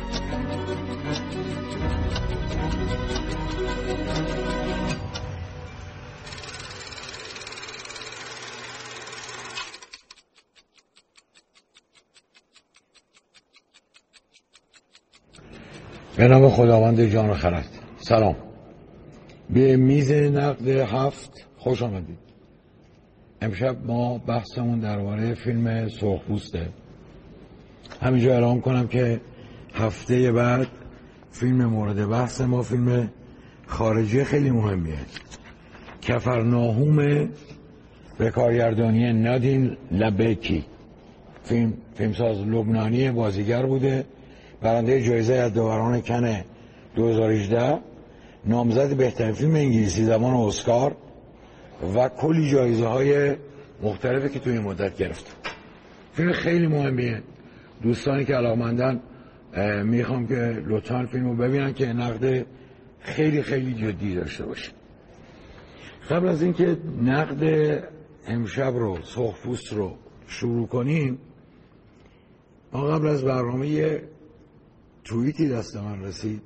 به نام خداوند جان و خرد. سلام. به میز نقد 7 خوش آمدید. امشب ما بحثمون درباره فیلم سرخپوسته. همینجا اعلام کنم که هفته بعد فیلم مورد بحث ما فیلم خارجی خیلی مهمیه. کفرناهوم به کارگردانی نادین لبکی. فیلمساز لبنانی بازیگر بوده، برنده جایزه یادگاران کن 2018، نامزد بهترین فیلم انگلیسی زبان اسکار و کلی جایزه های مختلفی که توی این مدت گرفت. فیلم خیلی مهمیه. دوستانی که علاقمندن میخوام که لطفاً فیلمو ببینن که نقد خیلی خیلی جدی داشته باشه. قبل از اینکه نقد امشب رو سرخپوست رو شروع کنیم، ما قبل از برنامه توییتی دست من رسید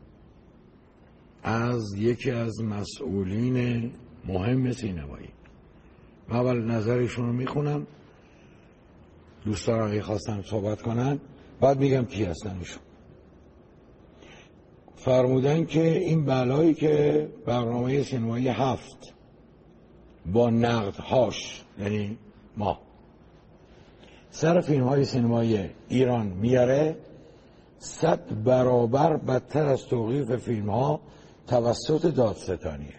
از یکی از مسئولین مهم سینمایی. من اول نظرشون رو میخونم، دوستان اگه خواستن صحبت کنن بعد میگم کی هستن ایشون. فرمودن که این بلایی که برنامه سینمایی 7 با نقدهاش، یعنی ما، سر فیلم های سینمایی ایران میاره 100 برابر بدتر از توقیف فیلم ها توسط دادستانیه.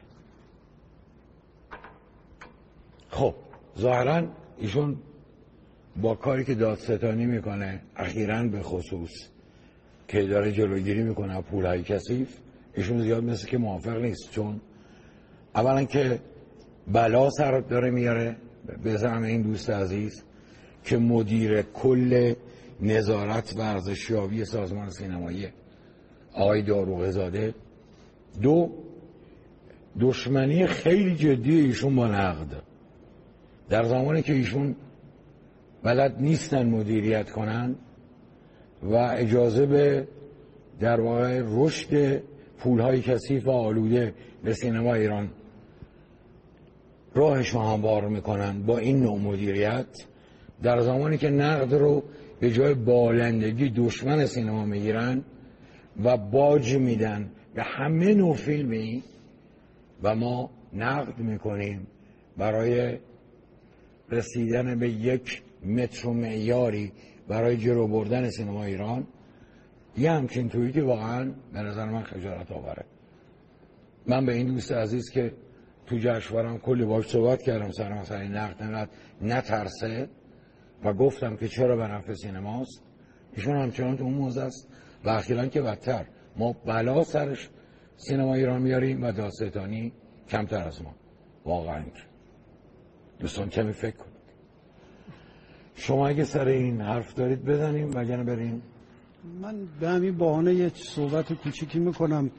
خب ظاهرا ایشون با کاری که دادستانی میکنه اخیراً به خصوص که داره جلوگیری میکنه پولهای کثیف، ایشون زیاد مثل که موافق نیست، چون اولا که بلا سر داره میاره به زعم این دوست عزیز که مدیر کل نظارت و ارزشیابی سازمان سینمایی آقای داروغزاده. دو، دشمنی خیلی جدی ایشون با نقد، در زمانی که ایشون بلد نیستن مدیریت کنن و اجازه به در واقع رشد پولهای کثیف و آلوده به سینما ایران راهش رو هموار میکنن با این نوع مدیریت، در زمانی که نقد رو به جای بالندگی دشمن سینما میگیرن و باج میدن به همه نوع فیلمی و ما نقد میکنیم برای رسیدن به یک متر و معیاری برای جلو بردن سینما ایران. یه همچین توییتی واقعا به نظر من خجالت آوره. من به این دوست عزیز که تو جشنواره‌ام کلی باهاش صحبت کردم سر مسئله نقد نترسه و گفتم که چرا به نفع سینماست، ایشون همچنان تو اون موضع است و اخیراً که بدتر ما بلا سرش سینما ایران میاریم و دادستانی کمتر از ما. واقعا دوستان کمی فکر کنید. شما اگه سر این حرف دارید بزنیم وگرنه بریم. من به همین بهانه یه صحبت کوچیکی میکنم.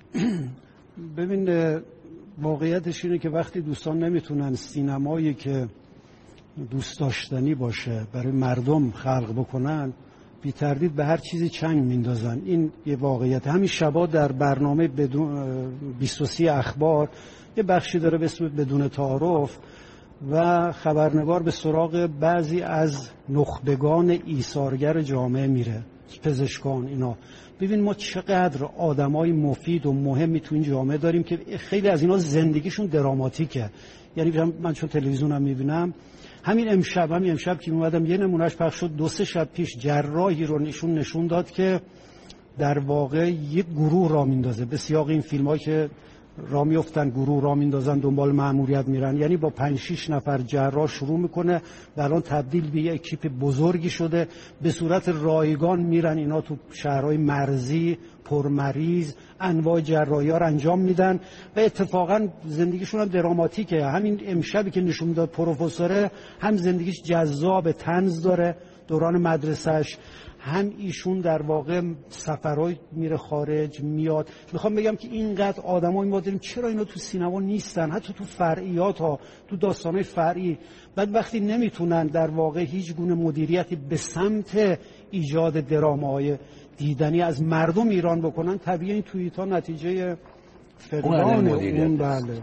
ببین واقعیتش اینه که وقتی دوستان نمیتونن سینمایی که دوست داشتنی باشه برای مردم خلق بکنن، بی تردید به هر چیزی چنگ میندازن. این یه واقعیت. همین شبا در برنامه 23 اخبار یه بخشی داره به اسم بدون تعارف و خبرنگار به سراغ بعضی از نخبگان ایثارگر جامعه میره، پزشکان اینا. ببین ما چقدر آدمای مفید و مهمی تو این جامعه داریم که خیلی از اینا زندگیشون دراماتیکه. یعنی من چون تلویزیونم میبینم، همین امشب که اومدم یه نمونهش پخش شد 2-3 شب پیش، جراحی رو نشون داد که در واقع یک گروه را میندازه. به سیاق این فیلم‌ها که را میفتن گروه را میندازن دنبال مأموریت میرن، یعنی با 5-6 نفر جراح شروع میکنه و الان تبدیل به یک اکیپ بزرگی شده. به صورت رایگان میرن اینا تو شهرهای مرزی پرمریض انواع جراحی‌ها رو انجام میدن و اتفاقا زندگیشون هم دراماتیکه. همین امشبی که نشون داد پروفسوره هم زندگیش جذاب، طنز داره دوران مدرسهش، هم ایشون در واقع سفرهای میره خارج میاد. میخوام بگم که اینقدر آدمایی ما داریم، چرا اینا تو سینما نیستن؟ حتی تو فرعیات ها، تو داستانهای فرعی. بعد وقتی نمیتونن در واقع هیچ گونه مدیریتی به سمت ایجاد درامای دیدنی از مردم ایران بکنن، طبیعی این توییت ها نتیجه فقدان اون. بله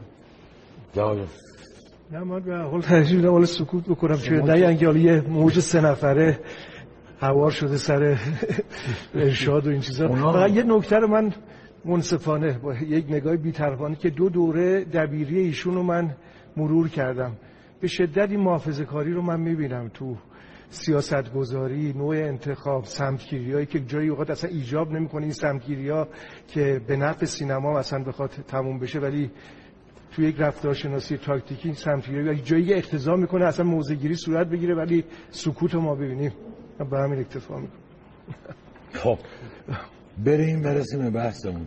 نه من به حال ترجیح میدم حالا سکوت بکنم چون نه یه موج 3 نفره هوار شده سر ارشاد و این چیزا. فقط یه نکته رو من منصفانه با یک نگاه بی‌طرفانه که 2 دوره دبیری ایشون رو من مرور کردم، به شدت این محافظه‌کاری رو من می‌بینم تو سیاست‌گذاری، نوع انتخاب، سمت‌گیری‌هایی که جایی اوقات اصلا ایجاب نمی‌کنه این سمت‌گیری‌ها که به نفع سینما مثلا بخواد تموم بشه، ولی توی یک رفتارشناسی تاکتیکی این سمت‌گیری جایی اقتضا می‌کنه اصلا موضع‌گیری صورت بگیره ولی سکوت رو ما ببینیم. من به همین اکتفا می‌کنم. خب برسیم به بحثمون.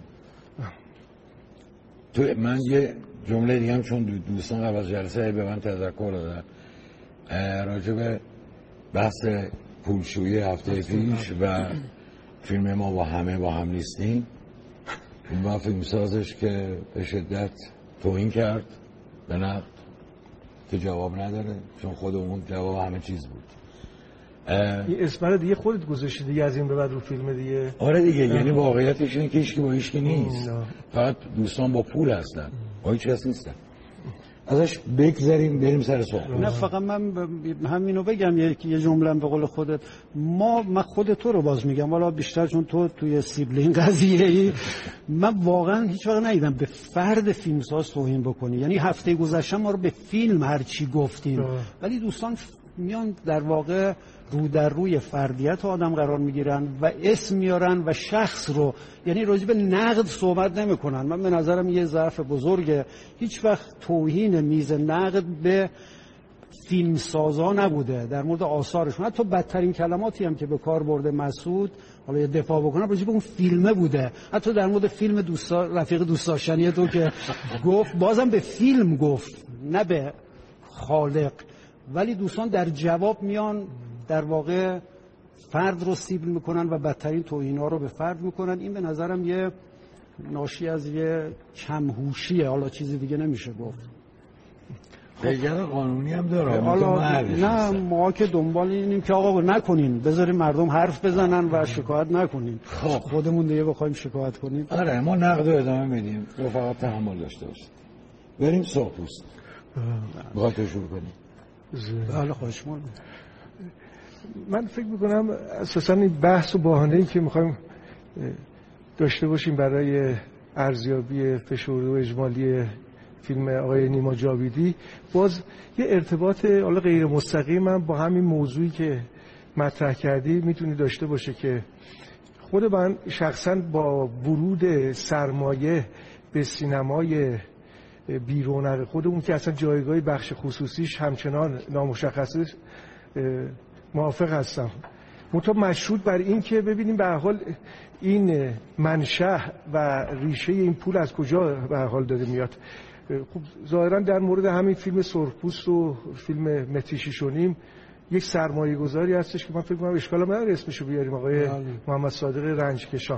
من یه جمله دیگه هم چون دوستان قبل از جلسه به من تذکر دادن راجع به بحث پولشویی هفته پیش و فیلم ما با هم نیستیم و فیلمسازش که به شدت توهین کرد به نقد که جواب نداره چون خودمون جواب همه چیز بود. این اسم دیگه خودت گذاشتی دیگه از این به بعد رو فیلم دیگه. آره دیگه یعنی واقعیتش اینه که هیچکی با هیچکی نیست، فقط دوستان با پول هستن، با هیچ کس نیستن. ازش بگذاریم بریم سر سوال. نه فقط من همینو بگم یه جمله به قول خودت، من خود تو رو باز میگم والا بیشتر چون تو توی سیبلین قضیه‌ای، من واقعا هیچ وقت ندیدم به فرد فیلمساز توهین بکنی. یعنی هفته گذشته ما رو به فیلم هر چی گفتیم ولی دوستان میان در واقع رو در روی فردیت آدم قرار میگیرن و اسم میارن و شخص رو، یعنی راجع به نقد صحبت نمیکنن. من به نظرم یه ضعف بزرگه، هیچ وقت توهین میز نقد به فیلمسازا نبوده در مورد آثارشون. حتی بدترین کلماتی هم که به کار برده مسعود، حالا یه دفاع بکنم راجع به اون فیلمه بوده، حتی در مورد فیلم رفیق دوست داشتنی تو که گفت بازم به فیلم گفت نه به خالق، ولی دوستان در جواب میان در واقع فرد رو سیبل میکنن و بدترین توهینا رو به فرد میکنن. این به نظرم یه ناشی از یه کمهوشیه، حالا چیزی دیگه نمیشه گفت. پیگر قانونی هم داره حالا نه ما که دنبال اینیم که آقا نکنین، بذاریم مردم حرف بزنن و شکایت نکنین. خودمون دیگه بخوایم شکایت کنیم. آره ما نقد رو ادامه بدیم، فقط تحمل داشته باشید. بریم سرخپوست. بخواد تو شروع کنیم. بله خواهش می‌کنم. من فکر میکنم اساسا این بحث و بحانه‌ای که میخوایم داشته باشیم برای ارزیابی فشرده و اجمالی فیلم آقای نیما جاویدی باز یه ارتباط حالا غیر مستقیم هم با همین موضوعی که مطرح کردی میتونی داشته باشه که خود من شخصا با ورود سرمایه به سینمای بیرون خودمون که اصلا جایگاه بخش خصوصیش همچنان نامشخصه موافق هستم، منتها مشروط بر این که ببینیم به هر حال این منشأ و ریشه این پول از کجا به هر حال داره میاد. خب ظاهرا در مورد همین فیلم سرخپوست و فیلم مهدی شیشونیم یک سرمایه گذاری هستش که من فکر کنم اشکال نداره اسمشو بیاریم، آقای محمد صادق رنجکشان.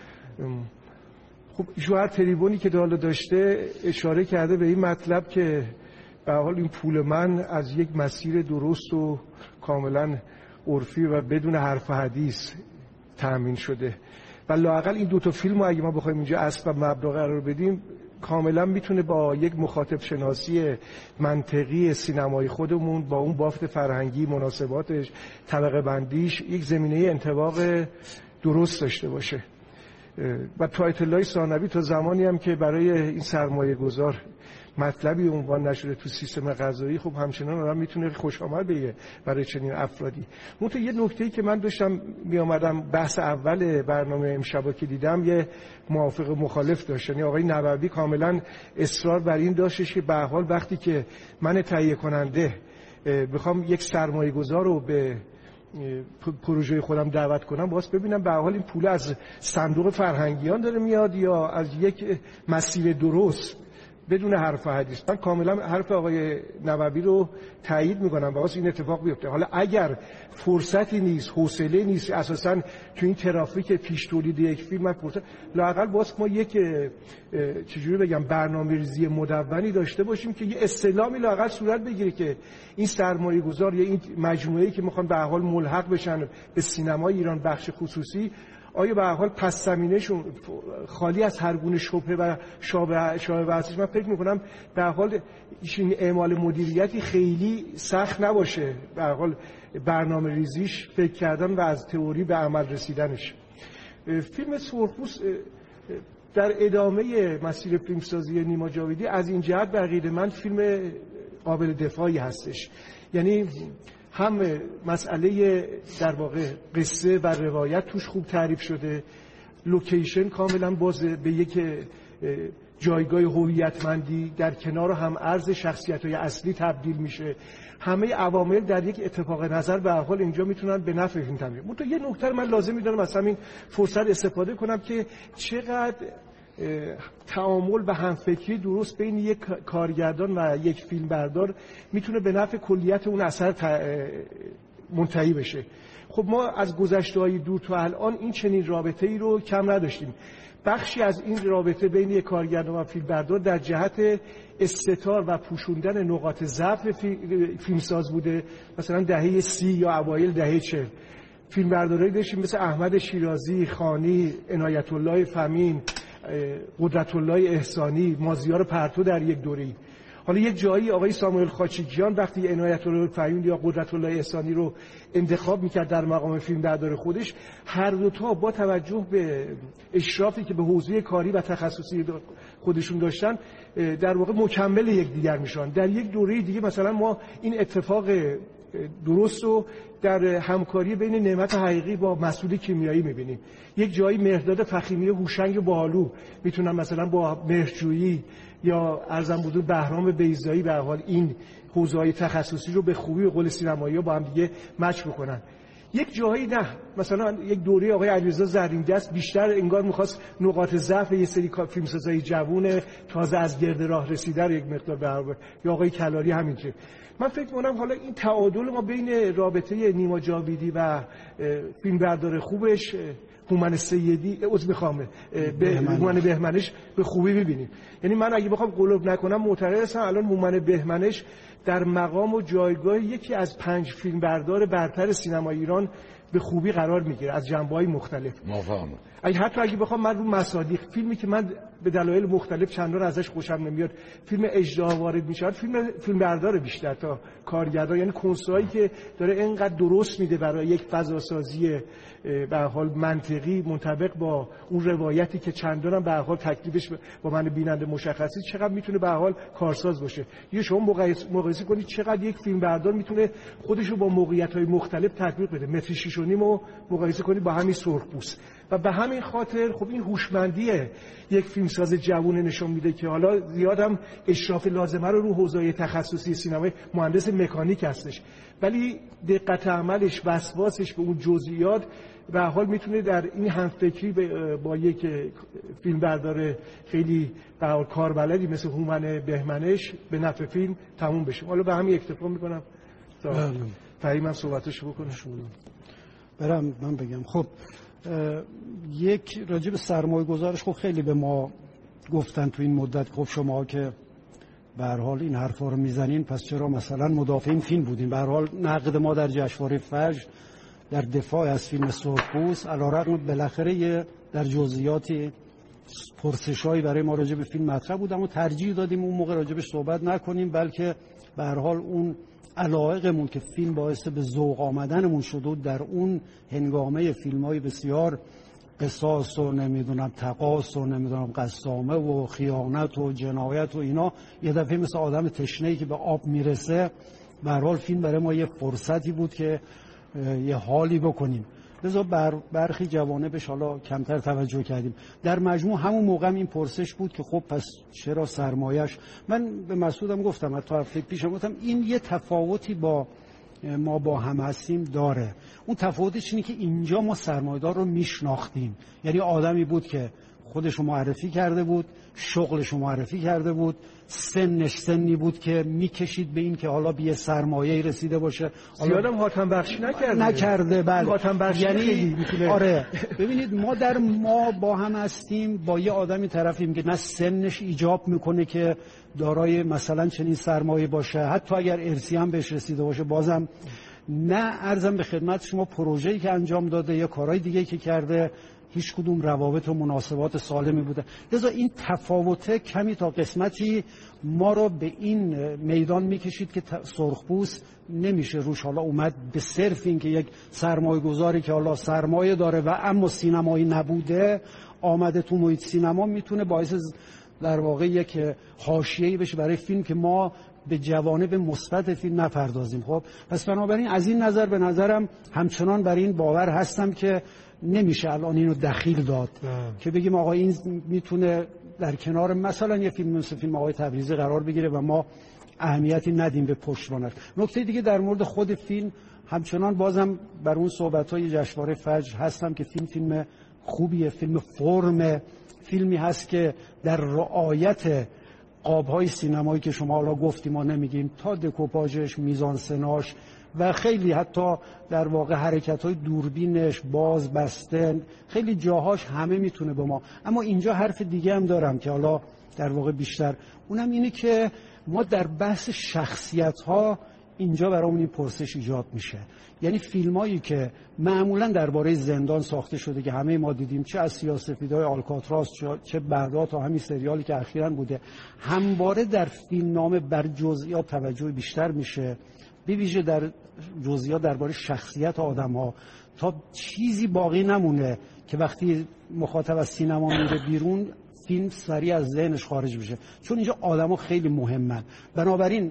خب جوهر تریبونی که حالا داشته اشاره کرده به این مطلب که به حال این پول من از یک مسیر درست و کاملا عرفی و بدون حرف حدیث تأمین شده و لااقل این 2 فیلم رو اگه ما بخوایم اینجا اصل و مبدا قرار بدیم کاملا میتونه با یک مخاطب شناسی منطقی سینمای خودمون با اون بافت فرهنگی، مناسباتش، طبقه بندیش یک زمینه انطباق درست داشته باشه. و آیت الله ثانوی تا زمانی هم که برای این سرمایه گذار مطلبی عنوان نشده تو سیستم قضایی، خب همچنان آدم میتونه خوش آمد بگه برای چنین افرادی. منتها یه نکته‌ای که من داشتم میآمدم بحث اول برنامه امشب که دیدم یه موافق مخالف داشت، یعنی آقای نووی کاملا اصرار بر این داشتش که به هر حال وقتی که من تهیه کننده بخوام یک سرمایه گذار رو به پروژه خودم دعوت کنم باز ببینم به هر حال این پول از صندوق فرهنگیان داره میاد یا از یک مسیر درست بدون حرف حدیث. من کاملا حرف آقای نووی رو تایید میکنم و واسه این اتفاق بیفته. حالا اگر فرصتی نیست، حوصله نیست، اساسا تو این ترافیک پیش تولید یک فیلم من فرصت لااقل باز ما یک چجوری بگم برنامه‌ریزی مدونی داشته باشیم که یه استعلامی لااقل صورت بگیره که این سرمایه‌گذار یا این مجموعه‌ای که میخوان به هر حال ملحق بشن به سینمای ایران بخش خصوصی آیا به هر حال پس زمینه‌شون خالی از هر گونه شبهه و شابه هستش؟ من فکر می‌کنم به هر حال این اعمال مدیریتی خیلی سخت نباشه، به هر حال برنامه ریزیش، فکر کردن و از تئوری به عمل رسیدنش. فیلم سرخپوست در ادامه مسیر فیلمسازی نیما جاویدی از این جهت به عقیده من فیلم قابل دفاعی هستش. یعنی هم مسئله در واقع قصه و روایت توش خوب تعریف شده، لوکیشن کاملا باز به یک جایگاه هویتمندی در کنار هم ارز شخصیت‌های اصلی تبدیل میشه. همه عوامل در یک اتفاق نظر به هر حال اینجا میتونن به نفع فیلم تمام. منتها یه نکته من لازم میدونم از همین فرصت استفاده کنم که چقدر تعامل و همفکری درست بین یک کارگردان و یک فیلمبردار میتونه به نفع کلیت اون اثر منتهی بشه. خب ما از گذشته‌های دور تا الان این چنین رابطه‌ای رو کم نداشتیم. بخشی از این رابطه بین یک کارگردان و فیلمبردار در جهت استتار و پوشوندن نقاط ضعف فیلمساز بوده. مثلا دهه 30 یا اوایل دهه 40 فیلمبردارایی داشتیم مثل احمد شیرازی، خانی، عنایت الله فمین، قدرت الله احسانی، مازیار پرتو در یک دوره‌ای. حالا یک جایی آقای ساموئل خاچیکیان وقتی عنایت الله فمین یا قدرت الله احسانی رو انتخاب میکرد در مقام فیلمبردار خودش، هر دوتا با توجه به اشرافی که به حوزه کاری و تخصصی خودشون داشتن در واقع مکمل یکدیگر میشن. در یک دوره دیگه مثلا ما این اتفاق درست رو در همکاری بین نعمت حقیقی با مسعود کیمیایی میبینیم. یک جایی مهرداد فخیمی هوشنگ باالو میتونن مثلا با مهرجویی یا ارزم بزرگ بهرام بیضایی به حال این حوزه‌های تخصصی رو به خوبی به قول سینمایی‌ها با هم دیگه مچ بکنن. یک جایی نه، مثلا یک دوره آقای علیرضا زرین‌دست بیشتر انگار می‌خواست نقاط ضعف یه سری فیلمسازای جوون تازه از گرد راه رسیده رو یک مقدار برابر، یا آقای کلاری همینطور. من فکر می‌کنم حالا این تعادل ما بین رابطه نیما جاویدی و فیلمبردار خوبش هومن سیدی هومن بهمنش به خوبی ببینیم. یعنی من اگه بخوام قلوب نکنم معتقد هستم الان هومن بهمنش در مقام و جایگاه یکی از 5 فیلمبردار برتر سینما ایران به خوبی قرار میگیره از جنبه‌های مختلف. مفهوم. اگه بخوام من رو مصادیق فیلمی که من به دلایل مختلف چندان ازش خوشم نمیاد فیلم اژدها وارد میشه، فیلمبردار بیشتر تا کارگردان، یعنی کنسایی که داره اینقدر درست میده برای یک فضاسازی به حال منطقی منطبق با اون روایتی که چندان هم به حال تکلیفش با من بیننده مشخصه، چقدر میتونه به حال کارساز باشه. یه شما مقایسه کنید چقدر یک فیلمبردار میتونه خودش رو با موقعیت‌های مختلف تطبیق بده. متر 6.5 رو مقایسه کنید با همین سرخپوست. و به همین خاطر خب این هوشمندی یک فیلمساز جوون نشون میده که حالا زیادم اشراف لازمه رو حوزه تخصصی سینمای مهندس مکانیک هستش، ولی دقت عملش، وسواسش به اون جزئیات به حال میتونه در این همفکری با یک فیلمبردار خیلی به حال کاربلدی مثل هومن بهمنش به نفع فیلم تموم بشه. حالا به همین اکتفا میکنم تا فهیمم صحبتشو بکنه. برم من بگم. خب یک راجب سرمایه گذارش خب خیلی به ما گفتن تو این مدت، خب شما که به هر حال این حرفا رو میزنین پس چرا مثلا مدافعین فیلم بودین؟ به هر حال نقد ما در جشنواره فجر در دفاع از فیلم سرخپوست علیرغم بالاخره در جزئیاتی پرسشایی برای ما راجب فیلم مطرح بود، اما ترجیح دادیم اون موقع راجبش صحبت نکنیم، بلکه به هر حال اون علایقمون که فیلم باعث به ذوق آمدنمون شده و در اون هنگامه فیلم‌های بسیار قصاص و نمیدونم تقاص و نمیدونم قسامه و خیانت و جنایت و اینا یه دفعه مثل آدم تشنه‌ای که به آب میرسه، به هر حال فیلم برای ما یه فرصتی بود که یه حالی بکنیم. لذا برخی جوانبش حالا کمتر توجه کردیم. در مجموع همون موقع این پرسش بود که خب پس چرا سرمایش. من به مسعودم گفتم حتی هفته پیشم گفتم این یه تفاوتی با ما با هم هستیم داره. اون تفاوتش اینه که اینجا ما سرمایه‌دار رو میشناختیم، یعنی آدمی بود که خودش رو معرفی کرده بود، شغلش رو معرفی کرده بود، سنش سنی بود که میکشید به این که حالا به سرمایه‌ای رسیده باشه. زیادم حاتم بخشی نکرده. بله. حاتم بخشی یعنی آره ببینید ما با هم هستیم، با یه آدمی طرفیم که نه سنش ایجاب میکنه که دارای مثلا چنین سرمایه باشه، حتی اگر ارثی هم بهش رسیده باشه بازم نه. عرضم به خدمت شما پروژه‌ای که انجام داده یا کارهای دیگه که کرده هیچ کدوم روابط و مناسبات سالمی بوده. لذا این تفاوته کمی تا قسمتی ما رو به این میدان میکشید که سرخپوست نمیشه روش حالا اومد به صرف این که یک سرمایه گذاری که حالا سرمایه داره و اما سینمایی نبوده آمده تو محیط سینما میتونه باعث در واقع یک حاشیه‌ای بشه برای فیلم که ما به جوانب مثبت فیلم نپردازیم. خب پس بنابراین از این نظر به نظرم همچنان بر این باور هستم که نمیشه الان اینو دخیل داد که بگیم آقا این میتونه در کنار مثلا یه فیلم مثل فیلم آقای تبریزی قرار بگیره و ما اهمیتی ندیم به پشتوانش. نکته دیگه در مورد خود فیلم همچنان بازم بر اون صحبت‌های جشنواره فجر هستم که فیلم خوبیه، فیلم فرم، فیلمی هست که در رعایت قاب‌های سینمایی که شما حالا گفتیم ما نمیگیم تا دکوپاژش، میزانسناش و خیلی حتی در واقع حرکت‌های دوربینش، باز بسته، خیلی جاهاش همه میتونه به ما. اما اینجا حرف دیگه هم دارم که حالا در واقع بیشتر اونم اینه که ما در بحث شخصیت‌ها اینجا برامون این پرسش ایجاد میشه. یعنی فیلمایی که معمولا درباره زندان ساخته شده که همه ما دیدیم، چه از سیاه‌سفیدهای آلکاتراز چه بعدا تا همین سریالی که اخیراً بوده، همواره در فیلمنامه بر جزئیات توجه بیشتر میشه، به ویژه در جزئیات درباره شخصیت آدم‌ها، تا چیزی باقی نمونه که وقتی مخاطب از سینما میره بیرون فیلم سریع از ذهنش خارج بشه، چون اینجا آدم‌ها خیلی مهمن. بنابراین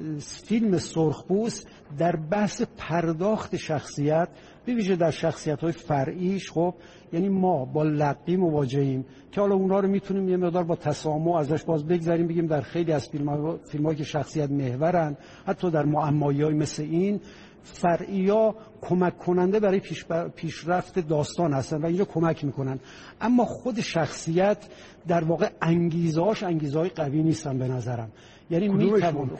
فیلم سرخپوست در بحث پرداخت شخصیت، به ویژه در شخصیت‌های فرعیش، خب یعنی ما با لقی مواجهیم که حالا اونها رو میتونیم یه مقدار با تسامح ازش باز بگذاریم، بگیم در خیلی از فیلم‌هایی که شخصیت محورن، حتی در معمایی‌های مثل این، فرعی‌ها کمک کننده برای پیشرفت داستان هستن و اینجا کمک میکنن. اما خود شخصیت در واقع انگیزه‌های قوی نیستن به نظرم. یعنی میتوان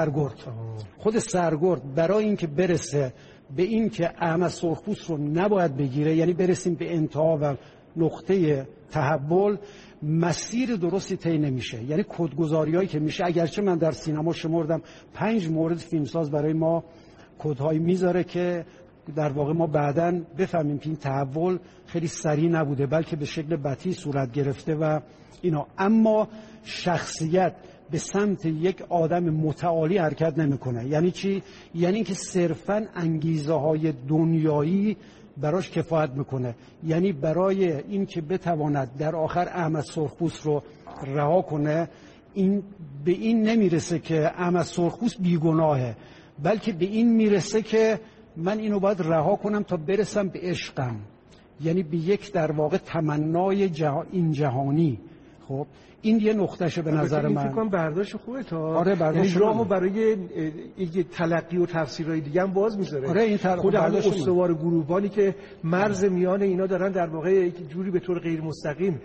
خود سرگرد برای اینکه برسه به این که احمد سرخپوست رو نباید بگیره، یعنی برسیم به انتها و نقطه تحول، مسیر درستی طی نمیشه. یعنی کدگذاریایی که میشه، اگرچه من در سینما شمردم 5 مورد فیلمساز برای ما کدهایی میذاره که در واقع ما بعداً بفهمیم که این تحول خیلی سریع نبوده بلکه به شکل بطیء صورت گرفته و اینا. اما شخصیت به سمت یک آدم متعالی حرکت نمیکنه. یعنی چی؟ یعنی اینکه صرفاً انگیزه‌های دنیایی براش کفایت میکنه. یعنی برای اینکه بتواند در آخر احمد سرخپوست رو رها کنه، این به این نمیرسه که احمد سرخپوست بیگناهه، بلکه به این میرسه که من اینو باید رها کنم تا برسم به عشقم، یعنی به یک در واقع تمنای این جهانی. خب این یه نقطهشه به نظر من. فکر کنم برداشت خوبه تا آره برداشت راهو برای یک تلقی و تفسیرهای دیگه هم باز میذاره. آره این خود همون استوار گروهبانی که مرز میان اینا دارن در واقع یک جوری به طور غیر مستقیم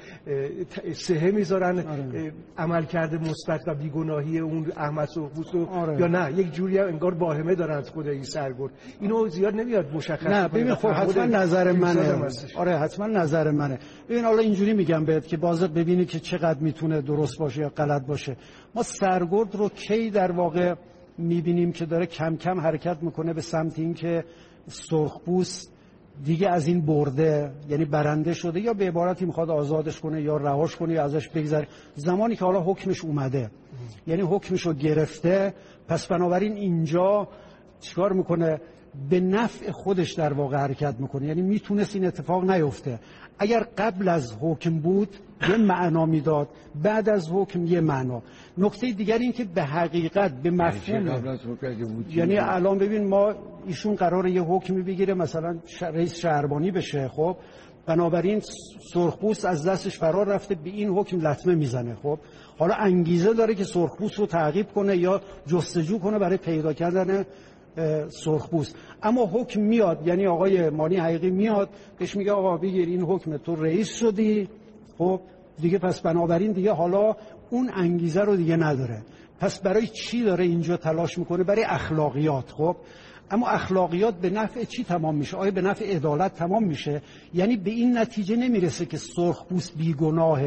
سهه میذارن عملکرد مثبت و بیگناهی اون احمد سرخپوست یا نه یک جوری انگار واهمه دارن از خود این سرگرد. اینو زیاد نمیاد مشخص. نه ببین خب حتما نظر منه. آره حتما نظر منه. ببین حالا اینجوری میگم بهت که باز ببینی که چقدر میتونه درست باشه یا غلط باشه. ما سرگرد رو کی در واقع میبینیم که داره کم کم حرکت میکنه به سمت این که سرخپوست دیگه از این برده، یعنی برنده شده، یا به عبارتی میخواد آزادش کنه یا رهاش کنه یا ازش بگذره، زمانی که حالا حکمش اومده، یعنی حکمش رو گرفته. پس بنابراین اینجا چیکار میکنه؟ به نفع خودش در واقع حرکت میکنه. یعنی میتونست این اتفاق نیفته. اگر قبل از حکم بود یه معنا میداد، بعد از حکم یه معنا. نکته دیگر این که به حقیقت به مفهوم، یعنی الان ببین ما ایشون قراره یه حکمی بگیره، مثلا رئیس شهربانی بشه، خب بنابراین سرخپوست از دستش فرار رفته، به این حکم لطمه میزنه. خب حالا انگیزه داره که سرخپوست رو تعقیب کنه یا جستجو کنه برای پیدا کردن سرخپوست. اما حکم میاد، یعنی آقای مانی حقیقی میاد بهش میگه آقا بگیر این حکم، تو رئیس شدی، خب دیگه پس بنابراین دیگه حالا اون انگیزه رو دیگه نداره. پس برای چی داره اینجا تلاش میکنه؟ برای اخلاقیات. خب اما اخلاقیات به نفع چی تمام میشه؟ آیا به نفع عدالت تمام میشه؟ یعنی به این نتیجه نمیرسه که سرخپوست بیگناهه،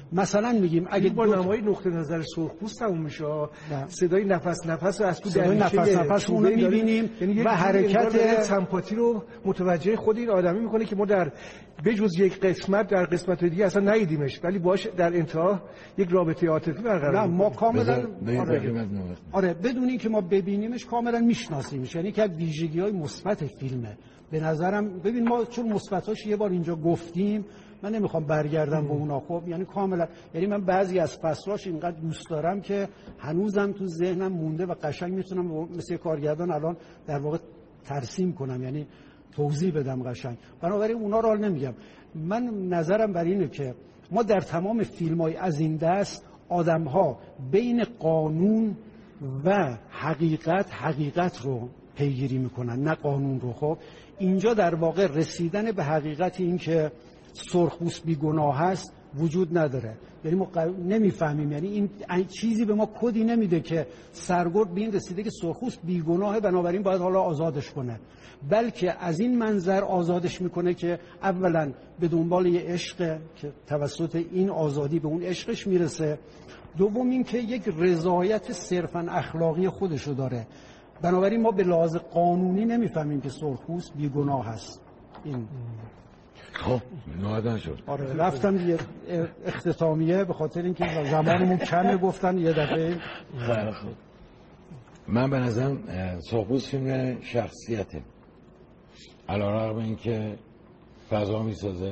مثلا میگیم اگه با نمای نقطه نظر سرخپوست تموم میشه، صدای نفس نفس از تو نفس اون رو میبینیم و حرکت سمپاتی رو متوجه خود این آدمی میکنه که ما در بجز یک قسمت در قسمت دیگه اصلا ندیدیمش، ولی باش در انتها یک رابطه عاطفی برقرار ما کاملا آره بدون اینکه ما ببینیمش کاملا میشناسیمش، یعنی که ویژگی‌های مثبت فیلمه به نظرم. ببین ما چون مثبتاش یه بار اینجا گفتیم، من نمیخوام برگردم به اونا. خب یعنی کاملا، یعنی من بعضی از فصلاش اینقدر دوست دارم که هنوزم تو ذهنم مونده و قشنگ میتونم مثل کارگردان الان در واقع ترسیم کنم، یعنی توضیح بدم قشنگ. بنابراین اونا رو نمیگم. من نظرم بر اینه که ما در تمام فیلم‌های از این دست آدم‌ها بین قانون و حقیقت رو پیگیری میکنن، نه قانون رو. خب اینجا در واقع رسیدن به حقیقت این که سرخپوست بیگناه هست وجود نداره. یعنی ما نمیفهمیم، یعنی این چیزی به ما کدی نمیده که سرگرد به این رسیده که سرخپوست بیگناهه بنابراین باید حالا آزادش کنه، بلکه از این منظر آزادش میکنه که اولا به دنبال یه عشق که توسط این آزادی به اون عشقش میرسه، دوم این که یک رضایت صرفا اخلاقی خودشو داره. بنابراین ما به لحاظ قانونی نمیفهمیم که سرخپوست بیگناه هست. این خب نهادن شد. آره رفتم یه اختتامیه به خاطر اینکه زمانمون کمه گفتن یه دفعه. خیلی خوب. من به نظرم سرخپوست فیلم شخصیته، علیرغم اینکه فضا میسازه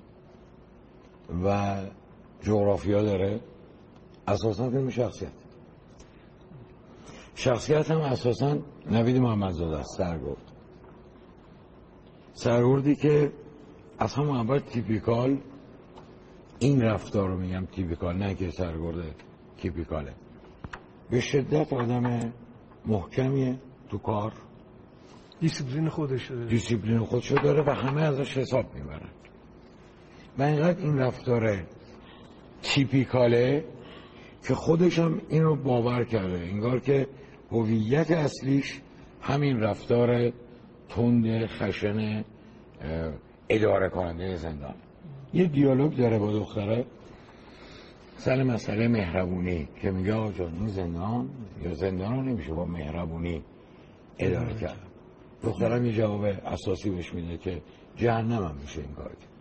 و جغرافیا داره، اساسا فیلم شخصیت هم اساسا نوید محمدزاده است. سرگردی که از همون اول تیپیکال، این رفتار رو میگم تیپیکال، نه که سرگرد تیپیکاله، به شدت آدم محکمیه تو کار، دیسیپلین خودشو داره و همه ازش حساب میبرن و اینقدر این رفتار تیپیکاله که خودش هم این رو باور کرده، انگار که هویت اصلیش همین رفتار تند خشن اداره کننده زندان. یه دیالوگ داره با دختره سر مسئله مهربونی که میگه آقا جان این زندان یا زندان رو نمیشه با مهربونی اداره کرد. دخترم یه جواب اساسی بهش میده که جهنم هم میشه این کار کرد.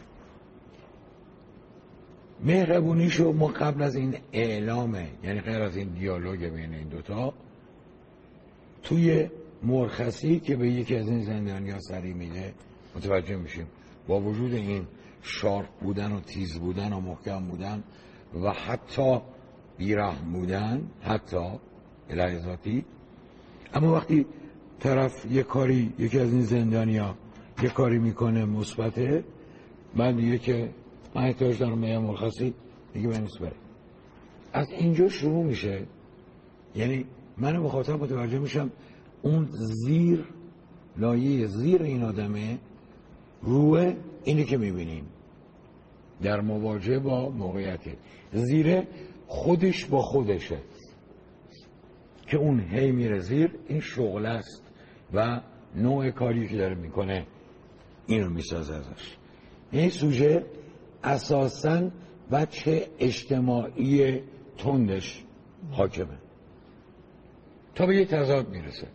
مهربونیشو ما قبل از این اعلامه، یعنی غیر از این دیالوگ بین این دوتا، توی مرخصی که به یکی از این زندانیا سری میده متوجه میشیم. با وجود این شارپ بودن و تیز بودن و محکم بودن و حتی بیرحم بودن، حتی لحظاتی، اما وقتی طرف یکی از این زندانیا یه کاری میکنه مثبته، بعد دیگه که من احتیاج دارم به مرخصی دیگه بنویس بره. از اینجا شروع میشه، یعنی من مخاطب متوجه میشم اون لایه زیر این آدمه روح اینی که میبینیم در مواجهه با موقعیت زیره خودش با خودشه که اون هی میره زیر، این شغل است و نوع کاری که داره میکنه اینو میسازه ازش. این سوژه اساساً بچه اجتماعی تندش حاکمه تا به یه تضاد میرسه.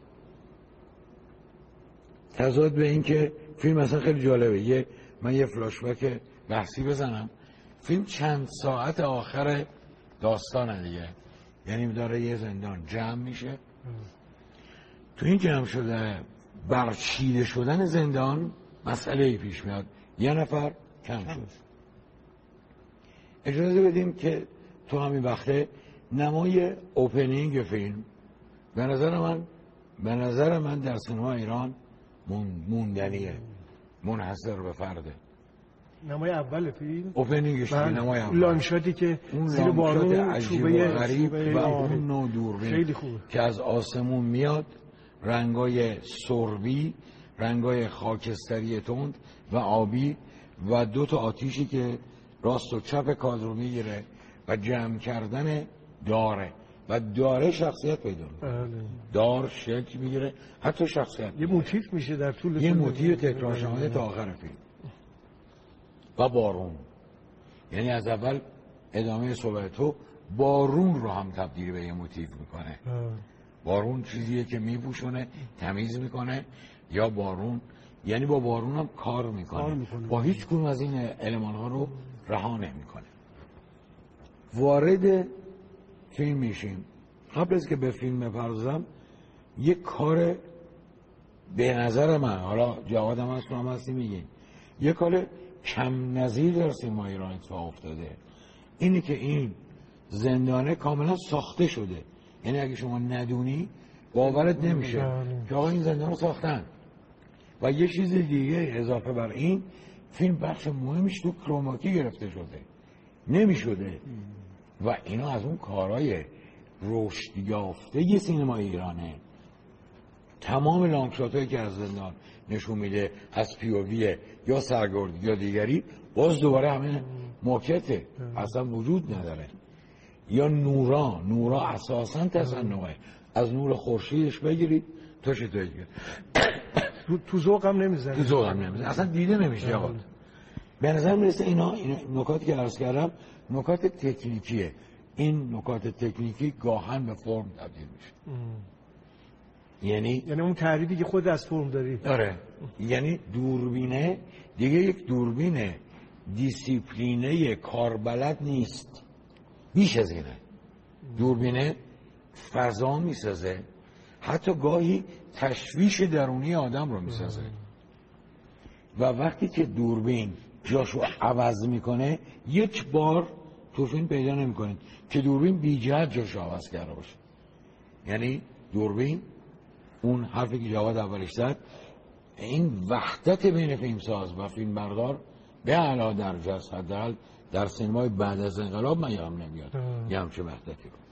تضاد به این که فیلم اصلا خیلی جالبه. من یه فلاشبک بحثی بزنم. فیلم چند ساعت آخر داستانه دیگه، یعنی داره یه زندان جمع میشه، تو این جمع شده برچیده شدن زندان مسئله ای پیش میاد، یه نفر کم شد. اجازه بدیم که تو همین وقته نمای اوپنینگ فیلم به نظر من در سینما ایران موندنیه، منحصر به فرده. نمای اول فیلم اوپنینگش، نمای اول، لانشاتی که زیر بارون چوبه غریب و اون نوع دوربین که از آسمون میاد، رنگای سربی، رنگای خاکستری تند و آبی و دو تا آتیشی که راست و چپ کادر رو میگیره و جمع کردن داره و داره شخصیت پیدا میکنه، دار شکل میگیره، حتی شخصیت یه موتیف میشه در طول یه موتیف تکرار شونده تا آخر فیلم. و بارون، یعنی از اول ادامه صحبت تو، بارون رو هم تبدیل به یه موتیو میکنه. بارون چیزیه که میپوشونه، تمیز میکنه، یا بارون یعنی با بارون هم کار میکنه. با هیچ کدوم از این المان ها رو رها نمیکنه. وارد فیلم میشیم. قبل از که به فیلم بپردازم یه کار به نظر من، حالا جواد هم هست هم هستی میگیم، یه کار کم نظیر در سینما ایران اتفاق افتاده، اینی که این زندانه کاملا ساخته شده. یعنی اگه شما ندونی باورت نمیشه که آقا این زندان رو ساختن. و یه چیز دیگه اضافه بر این، فیلم بخش مهمش تو کروماکی گرفته شده، نمیشده. و اینا از اون کارهای رشد یافته ی سینما ایرانه. تمام لانگشاتایی که از زندان نشون میده، از پیووی یا سرگرد یا دیگری، باز دوباره همه موکته، اصلا وجود نداره. یا نورا اساسا تصنعه، از نور خورشیدش بگیرید تا چطوری تو ذوق هم نمیزنه، اصلا دیده نمیشه. آقا به نظر میرسه اینا نکاتی که عرض کردم نکات تکنیکیه. این نکات تکنیکی گاهن به فرم تبدیل میشه. یعنی اون تعریفی که خود از فرم داری. آره، یعنی دوربینه دیگه یک دوربین دیسیپلینه کاربلد نیست، بیش از اینه. دوربینه فضا میسازه، حتی گاهی تشویش درونی آدم رو میسازه. و وقتی که دوربین جاشو عوض میکنه، یک بار تو فیلم پیدا نمیکنید که دوربین بی جهت جاشو عوض کرده باشه. یعنی دوربین، اون حرفی که جواد اولش زد، این وحدت بین فیلمساز و فیلم بردار به اعلی درجه است. حداقل در سینمای بعد از انقلاب من یادم نمیاد یه همچه وحدتی رو.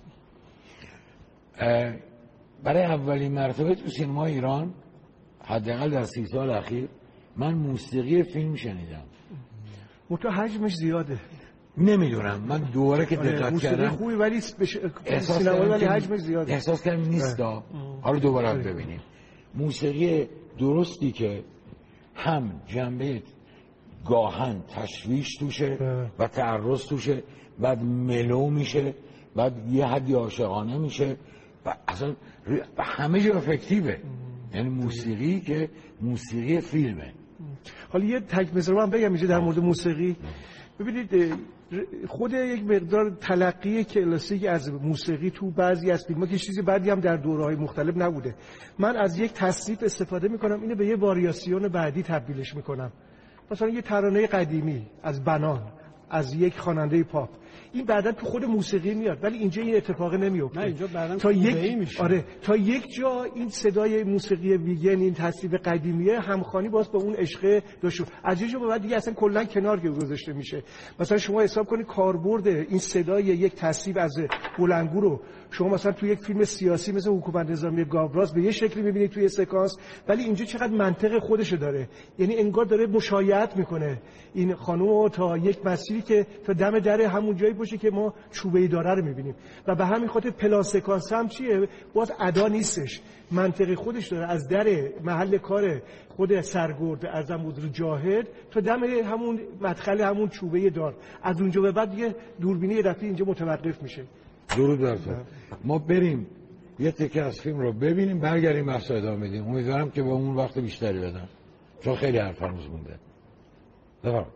برای اولین مرتبه تو سینما ایران، حداقل در 30 سال اخیر، من موسیقی فیلم شنیدم. تو حجمش زیاده. نمیدونم، من دوباره که دقت کردم موسیقی خوبی ولی سینمایی ولی حجمش زیاده. احساس کردم نیستا. حالا دوباره ببینیم. موسیقی درستی که هم جنبه گاهن تشویش توشه و تعرض توشه، بعد ملو میشه، بعد یه حدی عاشقانه میشه و اصلا همه جا افکتیوه. یعنی موسیقی که موسیقی فیلمه. حالا یه تک مثال من بگم اینجا در مورد موسیقی. ببینید خود یک مقدار تلقی کلاسیک از موسیقی تو بعضی از فیلم‌ها که چیزی بعدی هم در دوره‌های مختلف نبوده. من از یک تصنیف استفاده میکنم، اینو به یه واریاسیون بعدی تبدیلش میکنم. مثلا یه ترانه قدیمی از بنان، از یک خواننده پاپ، این بعدا تو خود موسیقی میاد، ولی اینجا این اتفاق نمیفته. نه اینجا بعدا تا یک جا این صدای موسیقی ویگن، این تصویر قدیمیه همخوانی باز با اون عشق داشت. از اینجا به بعد دیگه اصلا کلا کنار گذاشته میشه. مثلا شما حساب کنید کاربرد این صدای یک تصویر از بلندگو رو شما مثلا تو یک فیلم سیاسی مثل حکومت نظامی گاوراز به یه شکلی میبینید توی سکانس، ولی اینجا چقدر منطق خودشو داره. یعنی انگار داره مشایعت میکنه این خانومو تا یک مسیری که تا دم در همون جایی باشه که ما چوبه داره رو میبینیم. و به همین خاطر پلان سکانس هم چیه؟ باز ادا نیستش، منطقی خودش داره. از در محل کار خود سرگرد ارزم بود جاهد تا دم همون مدخل همون چوبه دار، از اونجا به بعد دیگه دوربینی رفتی اینجا متوقف میشه. درود بر تو. ما بریم یه تکه از فیلم رو ببینیم، برگردیم بحث ادامه بدیم. امیدوارم که به اون وقت بیشتری بدم چون خیلی حرف هنوز مونده. بفرمایید.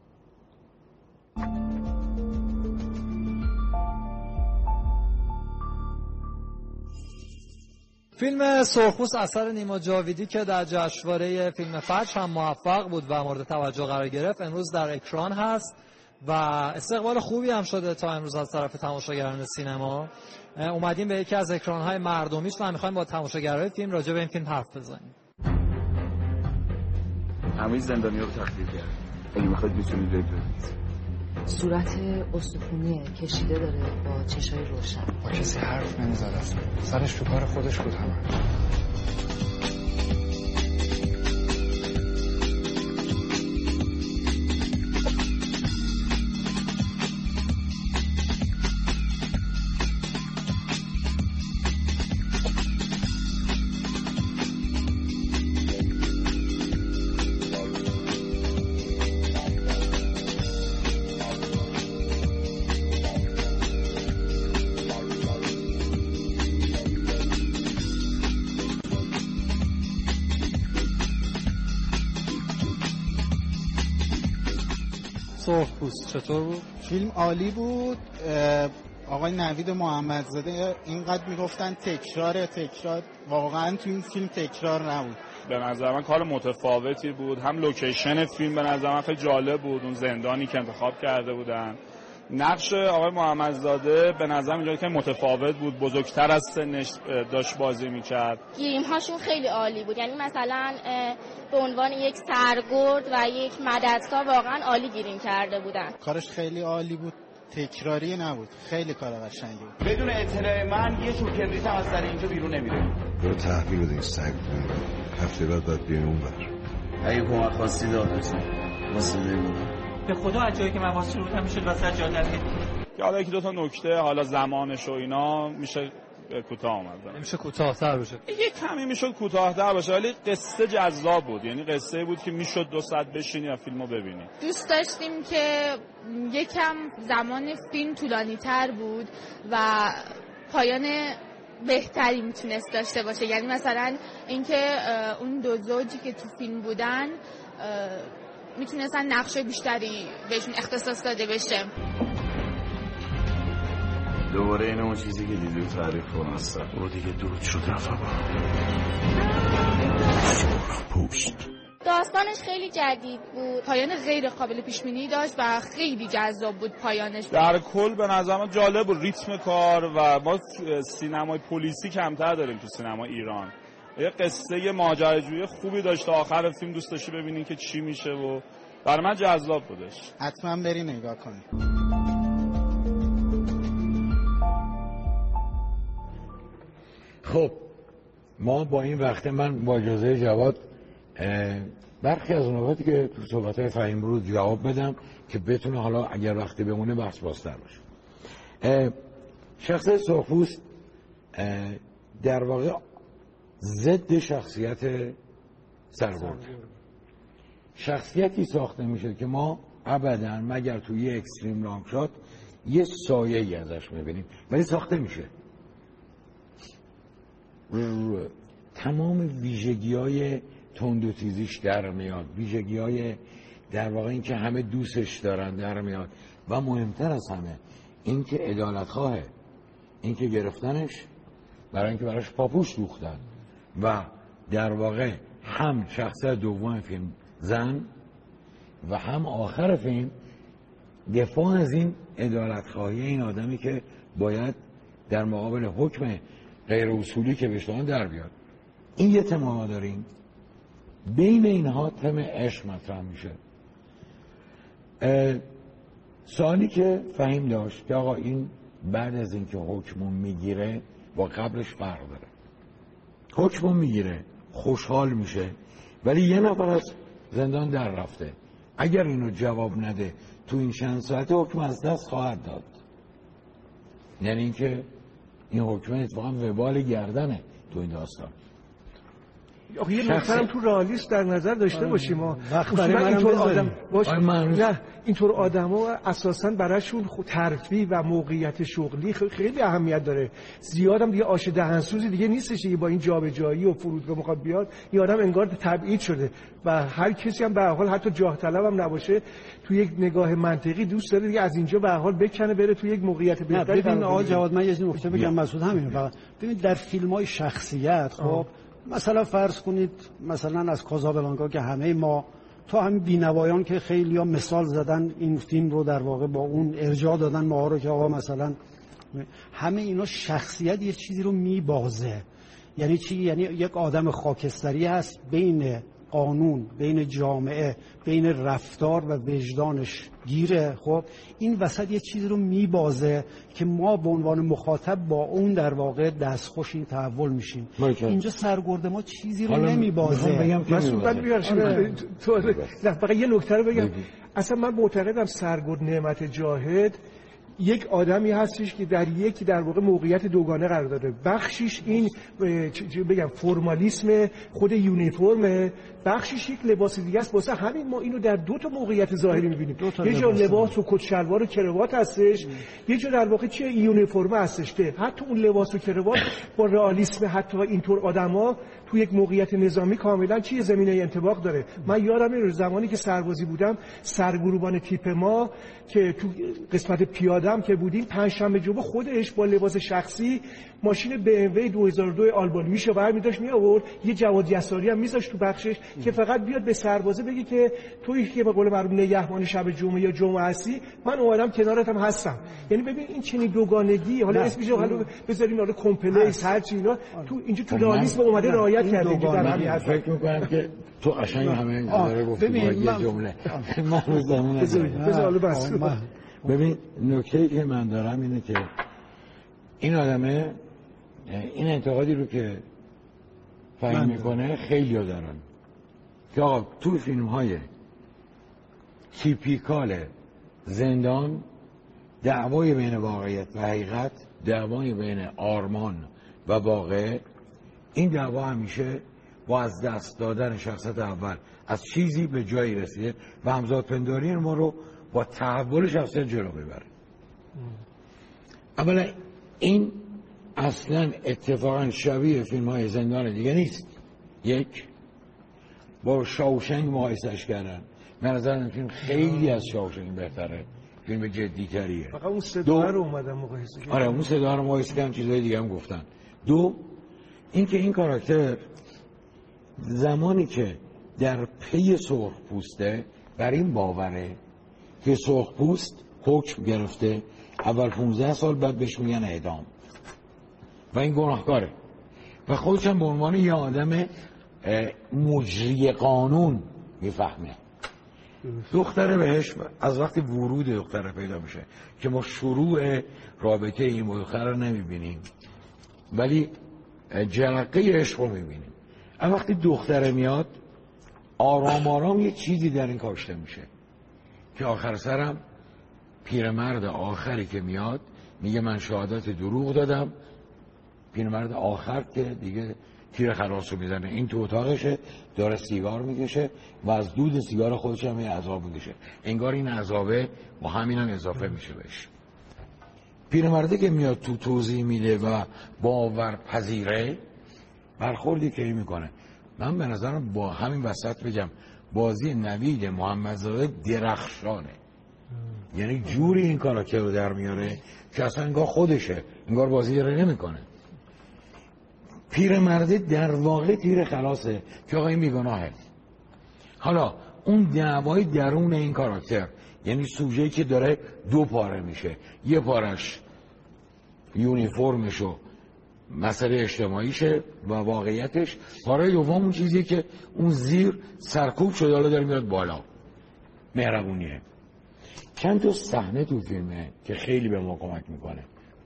فیلم سرخپوست اثر نیما جاویدی که در جشنواره فیلم فجر هم موفق بود و مورد توجه قرار گرفت، امروز در اکران هست و استقبال خوبی هم شده تا امروز از طرف تماشاگران سینما. اومدیم به یکی از اکران‌های مردمیش و می‌خوایم با تماشاگرای فیلم راجع به این فیلم حرف بزنیم. همه زندانی‌ها رو تخلیه کرد. اگه می‌خواید بتونید ببینید. صورت استخونی کشیده داره با چشای روشن. با کسی حرف نمیزد اصلا. سرش تو کار خودش بود همه. سرخپوست چطور بود؟ فیلم عالی بود. آقای نوید محمدزاده اینقدر میگفتن تکرار واقعا تو این فیلم تکرار نبود. به نظر من کار متفاوتی بود. هم لوکیشن فیلم به نظر من خیلی جالب بود، اون زندانی که انتخاب کرده بودن. نقش آقای محمدزاده به نظر اینجا که متفاوت بود، بزرگتر از سنش داشت بازی میکرد. گیریم هاشون خیلی عالی بود، یعنی مثلا به عنوان یک سرگرد و یک مددکار واقعا عالی گیریم کرده بودن. کارش خیلی عالی بود، تکراری نبود، خیلی کار قشنگی بود. بدون اطلاع من یه جور کبریت هم از در اینجا بیرون نمیره. برو تحویل بده این سگ. هفته بعد باید بیایم اون بر. اگه کمک خواستی دادرسی واسه بمونم. به خدا از جایی که من واسه رو بودم میشد واسه جادت که حالا یکی دو تا نکته حالا زمانش و اینا میشه کوتاه اومد. میشه کوتاه‌تر بشه. یه کمی میشد کوتاه‌تر باشه ولی قصه جذاب بود. یعنی قصه بود که میشد 2 ساعت بشینی و فیلمو ببینی. دوست داشتیم که یکم زمان فیلم طولانی‌تر بود و پایان بهتری میتونست داشته باشه. یعنی مثلا اینکه اون دو زوجی که تو فیلم بودن میتونستن نقشه بیشتری بهشون اختصاص داده بشه. دوباره این اون چیزی که دیدی تعریف کنم او دیگه دود شد رفت. پوست داستانش خیلی جدید بود، پایان غیر قابل پیش بینی داشت و خیلی جذاب بود پایانش. در کل به نظر من جالب بود ریتم کار و ما سینمای پلیسی کمتر داریم تو سینما ایران. یه قصه ماجراجویی خوبی داشت تا آخر فیلم دوست داشتی ببینین که چی میشه و برای من جذاب بودش. حتما بری نگاه کنی. خب ما با این وقت من با اجازه جواد برخی از نکاتی که تو صحبت‌های فهیم رو جواب بدم که بتونه حالا اگر وقتی بمونه بحث بازتر باشه. شخص سرخپوست در واقع ضد شخصیت سرگرد، شخصیتی ساخته میشه که ما ابدا مگر توی یه اکستریم لانگ شات یه سایه‌ای ازش میبینیم ولی ساخته میشه. تمام ویژگی‌های تند و تیزیش در میاد، ویژگی‌های در واقع این که همه دوستش دارن در میاد و مهمتر از همه این که عدالت‌خواهه، این که گرفتنش برای اینکه براش پاپوش دوختن و در واقع هم شخصیت دوم فیلم زن و هم آخر فیلم دفاع از این عدالت‌خواهی این آدمی که باید در مقابل حکم غیر اصولی که بهش دادن در بیاد. این یه تم ما داریم، بین اینها تم عشق مطرح میشه. سوالی که فهیم داشت که آقا این بعد از اینکه حکمو میگیره با قبلش فرق داره. حکمو میگیره خوشحال میشه ولی یه نفر از زندان در رفته، اگر اینو جواب نده تو این چند ساعت حکم از دست خواهد داد. یعنی اینکه این حکم اتفاقا وبال گردنه تو این داستان. آخه یه نکته هم تو رئالیسم در نظر داشته باشیم ما برای اینطور آدم نه اینطور آدما اساسا براشون ترفیع و موقعیت شغلی خیلی اهمیت داره. زیادم دیگه آش دهنسوزی دیگه نیستش که با این جابجایی و فرودگاه میخواد بیاد. این آدم انگار تبعید شده و هر کسی هم به هر حال حتی جاه طلب هم نباشه تو یک نگاه منطقی دوست داره دیگه از اینجا به هر حال بکنه بره تو یک موقعیت بهتری. ببین آقا جواد من یه نکته بگم مسعود همین فقط ببین در فیلم‌های شخصیت خب مثلا فرض کنید مثلا از کازابلانکا که همه ما تا همین بینوایان که خیلی ها مثال زدن این فیلم رو در واقع با اون ارجاع دادن ما رو که آقا مثلا همه اینا شخصیت یه چیزی رو میبازه. یعنی چی؟ یعنی یک آدم خاکستری هست بین قانون، بین جامعه، بین رفتار و وجدانش گیره. خب این وسط یه چیزی رو میبازه که ما به عنوان مخاطب با اون در واقع دستخوش این تحول میشیم. اینجا سرگرد ما چیزی رو نمیبازه. فقط یه نکته رو بگم. اصلا من معتقدم سرگرد نعمت جاهد یک آدمی هستش که در واقع موقعیت دوگانه قرار داره. بخشیش این بگم فرمالیسم خود یونیفرمه، بخشیش یک لباس دیگه است. واسه همین ما اینو در دو تا موقعیت ظاهری می‌بینیم. یه جا لباس و کت شلوار و کراوات هستش، یه جا در واقع یونیفرم هستش که حتی اون لباس و کراوات با رئالیسم حتی اینطور آدما تو یک موقعیت نظامی کاملا چیه زمینه انطباق داره. من یادم میاد زمانی که سربازی بودم سرگروبان تیپ ما که تو قسمت پیادم که بودیم پنجشنبه جمعه خودش با لباس شخصی ماشین BMW 2002 آلبانیشو برمی‌داشت می آورد، یه جواد یساری هم میذاشت تو بخشش که فقط بیاد به سربازه بگی که تویی که به قول معروف نگهبان شب جمعه یا جمعه هستی، من اومدم کنارتم هستم. یعنی ببین این چنین دوگانگی، حالا اسمشو حالا بذاریم حالا کمپلکس هر چی اینا تو اینجا تو رئالیسم اومده رعایت کرده. من فکر می‌کنم که تو قشنگ همه داره گفتی با یه جمله من رو زمون ببین نکته‌ای که من دارم اینه که این آدمه این انتقادی رو که فهم میکنه خیلی ها دارن که آقا تو فیلم های تیپیکال زندان دعوای بین واقعیت و حقیقت، دعوای بین آرمان و واقع، این دعوا همیشه با از دست دادن شخصیت اول از چیزی به جایی رسیده و همزادپنداری ما رو با تحول شخصیت جلو ببره. اولا این اصلا اتفاقا شبیه فیلم های زندان دیگه نیست. یک، با شاوشنگ مقایسهش کردن، من نظر این فیلم خیلی از شاوشنگ بهتره، فیلم جدی تریه. فقط اون صدا رو اومدن مقایسه کردن. آره اون صدا رو مقایسه کردن، چیزای دیگه هم گفتن. دو، اینکه این کاراکتر زمانی که در پی سرخپوسته بر این باوره که سرخپوست حکم گرفته اول 15 سال بعد بهش میگن اعدام و این گناهکاره و خودش هم به عنوان یه آدم مجری قانون میفهمه. دختره بهش از وقتی ورود دختره پیدا میشه که ما شروع رابطه این دختر رو نمیبینیم ولی جرقه عشق رو میبینیم. وقتی دختره میاد آرام آرام یه چیزی در این کاشته میشه که آخر سرم پیرمرد آخری که میاد میگه من شهادت دروغ دادم. پیرمرد آخر که دیگه تیر خلاص رو میزنه، این تو اتاقشه داره سیگار میکشه و از دود سیگار خودش هم یه عذاب میکشه، انگار این عذابه با همین هم اضافه میشه بهش. پیرمرده که میاد تو توضیح میده و باورپذیره برخوردی که این میکنه. من به نظرم با همین وسط بگم بازی نوید محمدزاده درخشانه، یعنی جوری این کاراکتر رو در میاره که اصلا انگار خودشه، انگار بازی رو نمیکنه. پیرمرده در واقع تیر خلاصه که آقا این بیگناهه. حالا اون دعوای درون این کاراکتر، یعنی سوژه‌ای که داره دو پاره میشه، یه پارش یونیفرمش و مسئله اجتماعیشه و واقعیتش، پاره دوم اون چیزی که اون زیر سرکوب شده حالا داره میاد بالا، مهربونیه. چند تا صحنه تو فیلمه که خیلی به ما کمک میکنه.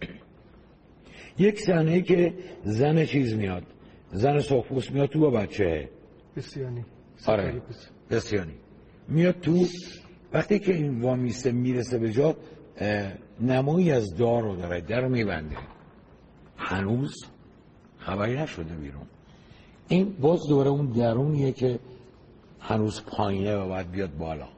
یک صحنه که زن چیز میاد، زن سرخپوست میاد تو با بچه بسیانی. آره بسیانی میاد تو. وقتی که این وامیسته میرسه به جا، نمایی از دار رو داره، در میبنده، هنوز خبری نشده بیرون. این باز دوباره اون درونیه که هنوز پایینه و باید بیاد بالا.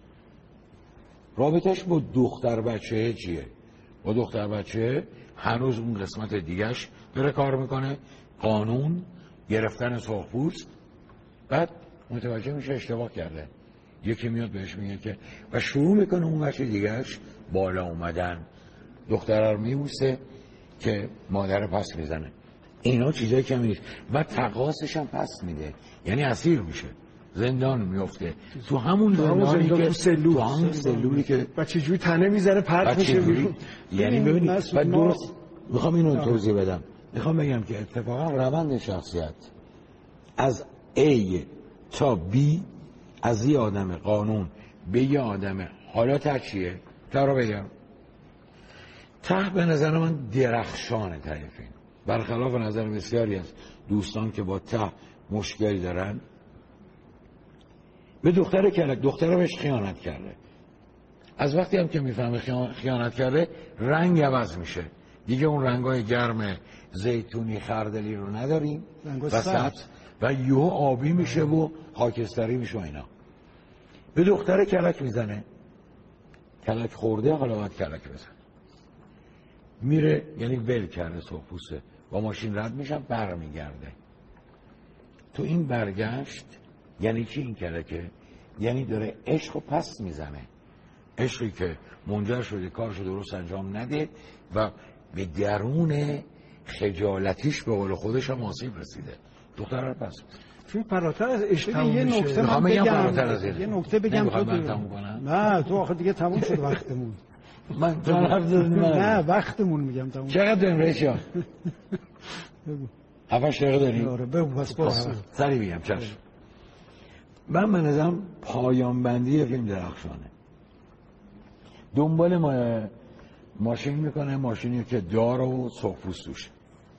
رابطش با دختر بچه چیه؟ با دختر بچه هنوز اون قسمت دیگهش داره کار میکنه، قانون، گرفتن سرخپوست. بعد متوجه میشه اشتباه کرده، یکی میاد بهش میگه که و شروع میکنه اون بچه دیگهش بالا اومدن، دختره رو میبوسه که مادر پس میزنه. اینا چیزایی که نیست و تقاصش هم پس میده، یعنی اسیر میشه، زندان میفته تو همون زندانی که تو همون سلولی که بچه جوی تنه میزنه پرت میشه بیرون. یعنی ببینید و درست میخوام اینو توضیح بدم. میخوام بگم که اتفاقا روند شخصیت از A تا B، از یه آدم قانون به یه آدم حالا ته چیه؟ ته رو بگم، ته به نظر من درخشانه طرفین، برخلاف نظر بسیاری از دوستان که با ته مشکلی دارن. به دختر کلک، دختر بهش خیانت کرده، از وقتی هم که میفهمه خیانت کرده رنگ عوض میشه دیگه، اون رنگای گرم زیتونی خردلی رو نداریم و سبز و یهو آبی میشه و خاکستری میشه و اینا. به دختر کلک میزنه، کلک خورده، حالا باید کلک بزنه، میره، یعنی ول کرده سرخپوسته، با ماشین رد میشن برمیگرده. تو این برگشت یعنی چی این که یعنی داره عشق رو پس میزنه، عشقی که منجر شده کارشو درست انجام نده و به درون خجالتیش به قول خودش هم آسیب رسیده. دختر رو پس فیلم فراتر از عشق تموم یه میشه. نکته یه نکته بگم نه تو آخه دیگه تموم شد وقتمون. من نه وقتمون میگم تموم. چقدر داریم ریشان؟ بگو 7 دقیقه داریم؟ آره بگو پس سری میگم چشم. من به نظرم پایان بندی فیلم درخشانه. دنبال ماشین میکنه، ماشینی که دار و سرخپوست توشه،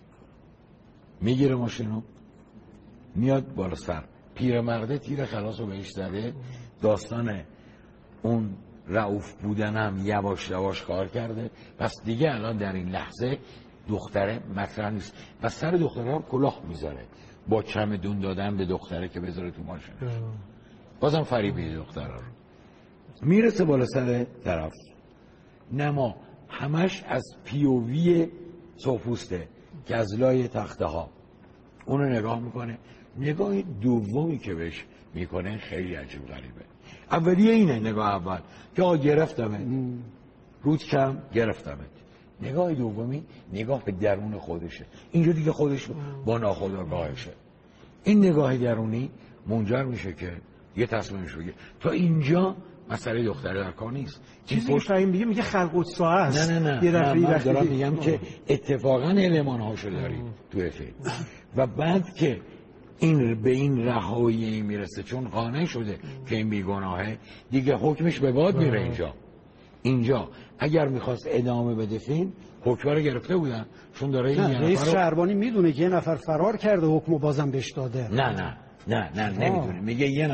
میگیره ماشینو میاد بالا سر، پیرمرده تیر خلاص رو بهش زده، داستان اون رئوف بودن هم یواش یواش کار کرده، پس دیگه الان در این لحظه دختره مطرح نیست و سر دختره هم کلاه میذاره با چمدون دادن به دختره که بذاره تو ماشین، بازم فریبی دختره رو میرسه بالا سر طرف، نما همش از پیووی سرخپوسته که از لای تخته ها اونو نگاه میکنه. نگاه دومی که بهش میکنه خیلی عجیب غریبه. اولیه اینه نگاه اول که آقا گرفتمت، رود کم گرفتمت. نگاه دومی نگاه به درون خودشه، اینجا دیگه خودش با ناخودآگاهشه. این نگاه درونی منجر میشه که یه تصمیمش بگیره. تا اینجا مسئله دختره در کار نیست. چیزی که فهیم دیگه میگه خلق الساعه است. نه من دارم میگم که اتفاقا المان هاشو داری توی فیلم و بعد که این به این رهایی میرسه چون قانع شده که این بیگناهه، دیگه حکمش به باد میره. اینجا اگر میخواست ادامه بده فیلم حکم رو گرفته بودن چون داره این رئیس شهربانی میدونه که یه نفر فرار کرده حکمو بازم بهش داده. نه نمیدونه، میگه یه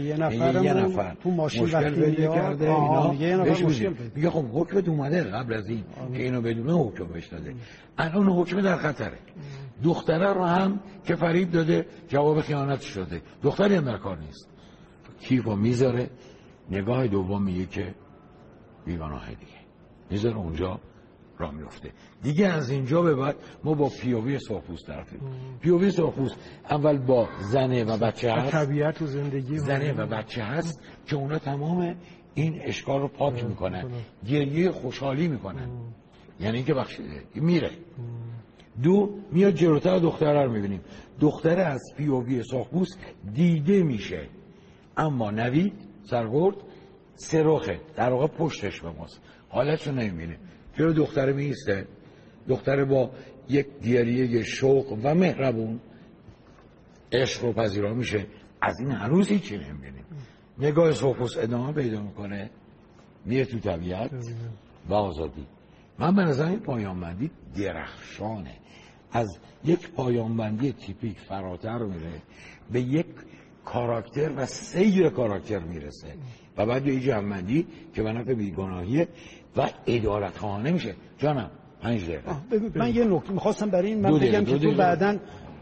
نفر تو ماشین مشکل پیدا کرده میگه خب حکمت اومده قبل از این که اینو بدونه حکم بهش داده، الان حکم در خطره. دختره رو هم که فریب داده جواب خیانت شده، دختری هم در کار نیست، کیفو میذاره. نگاه دوم میگه که بیگناهه دیگه، میذاره اونجا را میفته دیگه. از اینجا به بعد ما با پیووی سرخپوست طرفیم. پیووی سرخپوست اول با زنه و بچه هست، طبیعت و زندگی زنه و بچه هست که اونا تمام این اشکال رو پاک میکنن، گریه خوشحالی میکنن، یعنی اینکه بخشیده میره. دو میاد جلوتر دختره رو میبینیم، دختره از پیووی سرخپوست دیده میشه، اما نوید سرگرد سرخه در واقع پشتش به ماست، حالتشو نمیبینه. جلو دختره میسته، دختره با یک دیاریه شوق و مهربون عشق رو پذیرا میشه. از این هنوز هیچی نمیبینیم. نگاه سرخپوست ادامه پیدا میکنه، میره تو طبیعت و آزادی. من به نظر این پایانبندی درخشانه، از یک پایانبندی تیپیک فراتر میره به یک کاراکتر و سیر کاراکتر میرسه و بعد به جنبندی که به نفع بیگناهیه و عدالتخانه میشه. جانم 5 دقیقه. من یه نکته میخواستم برای این من بگم که تو بعداً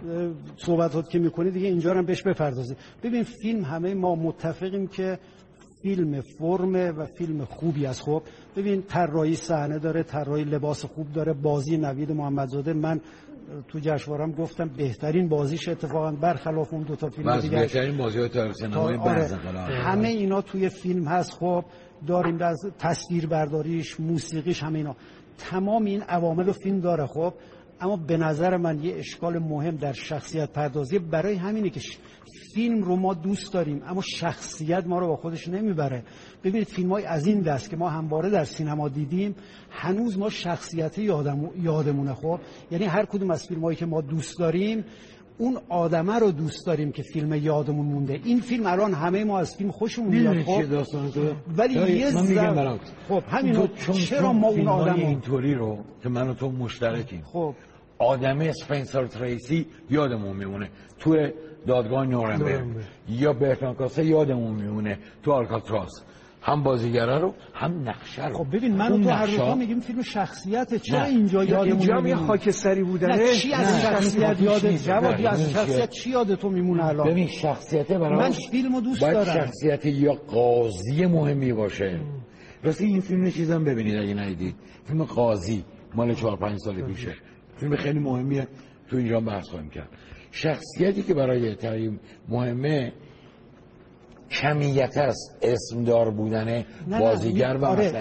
صحبتات که میکنی دیگه اینجا رو بهش بپردازی. ببین فیلم همه ما متفقیم که فیلم فرمه و فیلم خوبی است. خب ببین طراحی صحنه داره، طراحی لباس خوب داره، بازی نوید محمدزاده من تو جشنواره‌ام گفتم بهترین بازیش اتفاقا برخلاف اون دو تا فیلم دیگه بهترین بازی‌های تاریخ سینمای برزخلاف همه اینا توی فیلم هست. خب داریم از تصویربرداریش، موسیقیش، همه اینا تمام این عوامل فیلم داره. خب اما به نظر من یه اشکال مهم در شخصیت پردازی برای همینه که فیلم رو ما دوست داریم اما شخصیت ما رو با خودش نمیبره. ببینید فیلم‌های از این دست که ما همواره در سینما دیدیم هنوز ما شخصیت یادمونه. خب یعنی هر کدوم از فیلم‌هایی که ما دوست داریم اون آدمه رو دوست داریم که فیلم یادمون مونده. این فیلم الان همه ما از فیلم خوشمون میاد. خب ولی یه من میگم برات خب همین چرا ما اون آدمو اینطوری رو که من و تو مشترکیم، خب آدم اسپنسر تریسی یادمون میمونه تو دادگاه نورنبرگ یا بهتران کاسه یادمون میمونه تو آلکاتراز، هم بازیگره رو هم نقشه رو. خب ببین من تو هر دو میگیم فیلم شخصیته، چرا اینجا یادمون اینجا یه خاکستری بودنه؟ چی از شخصیت یادت جوابی از شخصیت چی یادتون میمونه الان؟ ببین شخصیت برای من فیلمو دوست دارم، باید شخصیت یا قاضی مهمی باشه. راستی این فیلم چیزام ببینید اگه ندیدید، فیلم قاضی مال 4-5 سال پیشه، فیلم خیلی مهمیه، تو اینجا بحث خواهیم کرد. شخصیتی که برای تعیین مهمه کمیت است، اسمدار بودن بازیگر و مثلا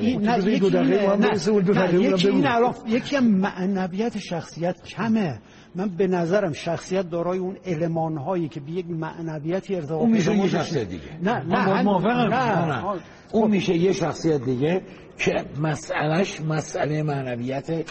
یکی معنویت شخصیت کمه. من به نظرم شخصیت دارای اون المان هایی که به یک معنویتی ارتباط اون میشه یه شخصیت دیگه. نه اون میشه یه شخصیت دیگه که مسئله معنویت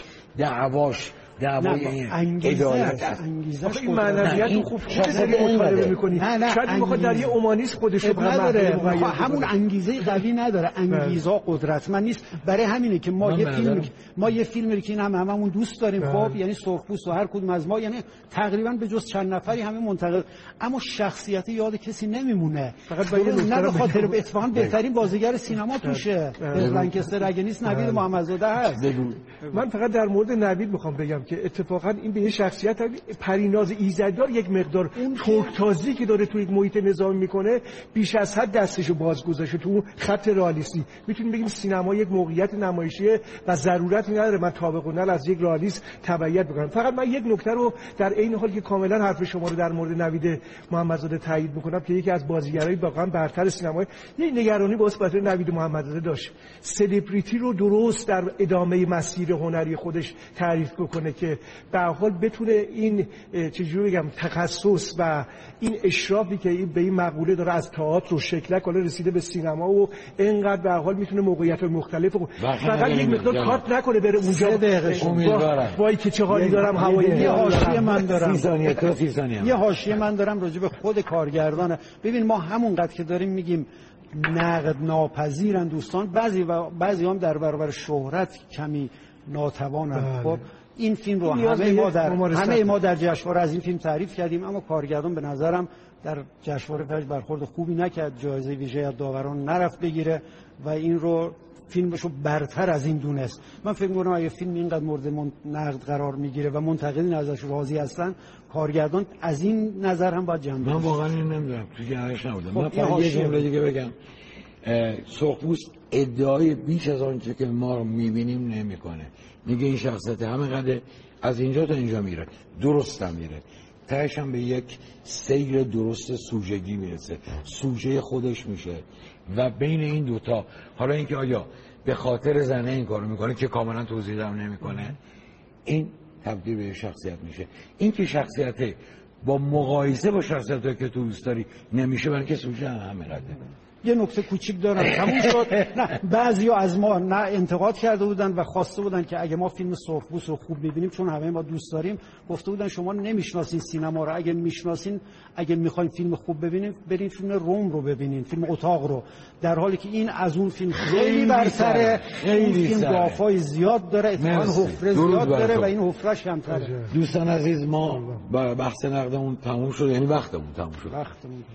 دعوای این عدالت است. این معنویت خوب مطالبه می‌کنی. شاید می‌خواد در یه اومانیسم خودش رو نداره، همون انگیزه قوی نداره، انگیزه قدرتمند نیست. برای همینه که ما یه فیلمی که هممون دوست داریم، خب یعنی سرخپوست و هر کدوم از ما، یعنی تقریبا به جز چند نفری همه منتقد، اما شخصیت یاد کسی نمیمونه. فقط نه به خاطر اتفاقا بهترین بازیگر سینما توشه. لنکستر اگه نیست نوید محمدزاده هست. من فقط در مورد نوید می‌خوام بگم که اتفاقا این به یه شخصیت پریناز ایزدیار یک مقدار ترکتازی که داره توی یک محیط نظامی میکنه بیش از حد دستشو باز گذاشته تو خط رئالیستی. میتونیم بگیم سینما یک موقعیت نمایشیه و ضرورتی نداره من طابق العمل از یک رئالیست تبعیت بکنم. فقط من یک نکته رو در عین حال که کاملا حرف شما رو در مورد نوید محمدزاده تایید میکنم که یکی از بازیگرای واقعا برتر سینما، یه نگرانی واسه خاطر نوید محمدزاده داشت، سلبریتی رو درست در ادامه مسیر هنری خودش تعریف بکنه که به هر حال بتونه این چجوری بگم تخصص و این اشرافی که به این مقوله داره از تئاتر و شکلک حالا رسیده به سینما و اینقدر به هر حال میتونه موقعیت مختلف فقط یک مقدار کات نکنه بره اونجا. وای که چه حالی دارم هوای یه حاشیه من دارم 30 ثانیه یه حاشیه من دارم راجع به خود کارگردان. ببین ما همونقدر که داریم میگیم نقد ناپذیرن دوستان، بعضی هم در برابر شهرت کمی ناتوانن. خب این فیلم رو همه ما در جشنواره از این فیلم تعریف کردیم، اما کارگردان به نظرم در جشنواره فجر برخورد خوبی نکرد، جایزه ویژه از داوران نرفت بگیره و این رو فیلمشو برتر از این دونست. من فکر می‌کنم اگه فیلم اینقدر مورد نقد قرار میگیره و منتقدین ازش راضی هستن، کارگردان از این نظر هم باید جنبه. من واقعا این نمیدونم تو جنبش نبودم. من فقط یه جمله دیگه بگم. سرخپوست ادعای بیش از آنچه که ما رو می‌بینیم نمی‌کنه. میگه این شخصیت همینقدر از اینجا تا اینجا میره، درست هم میره، تهش هم به یک سیر درست سوژگی میرسه، سوژه خودش میشه و بین این دوتا حالا اینکه آیا به خاطر زنه این کارو میکنه که کاملا توضیح دهم نمیکنه، این تبدیل به شخصیت میشه. این که شخصیت با مقایسه با شخصیتی که تو دوست داری نمیشه، برای که سوژه همینقدره. یه نکته کوچیک دارم تموم شد. نه بعضیا از ما نه انتقاد کرده بودن و خواسته بودن که اگه ما فیلم سرخپوست رو خوب می‌بینیم چون همه ما دوست داریم، گفته بودن شما نمی‌شناسین سینما رو، اگه می‌شناسین اگه می‌خواید فیلم خوب ببینین برین فیلم روم رو ببینین، فیلم اتاق رو، در حالی که این از اون فیلم خیلی برتره. این فیلم ضعفای زیاد داره، اتفاقاً حفره زیاد داره و این حفره‌اش کمتره. دوستان عزیز ما بحث نقدمون تموم شد، یعنی وقتمون تموم شد.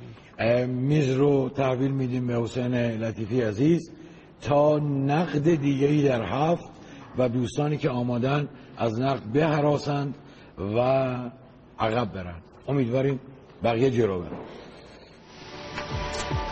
میز رو تحویل میدیم به حسین لطیفی عزیز تا نقد دیگه‌ای در هفت و دوستانی که آمادن از نقد بهراسند و عقب برن. امیدواریم بقیه جلو برن.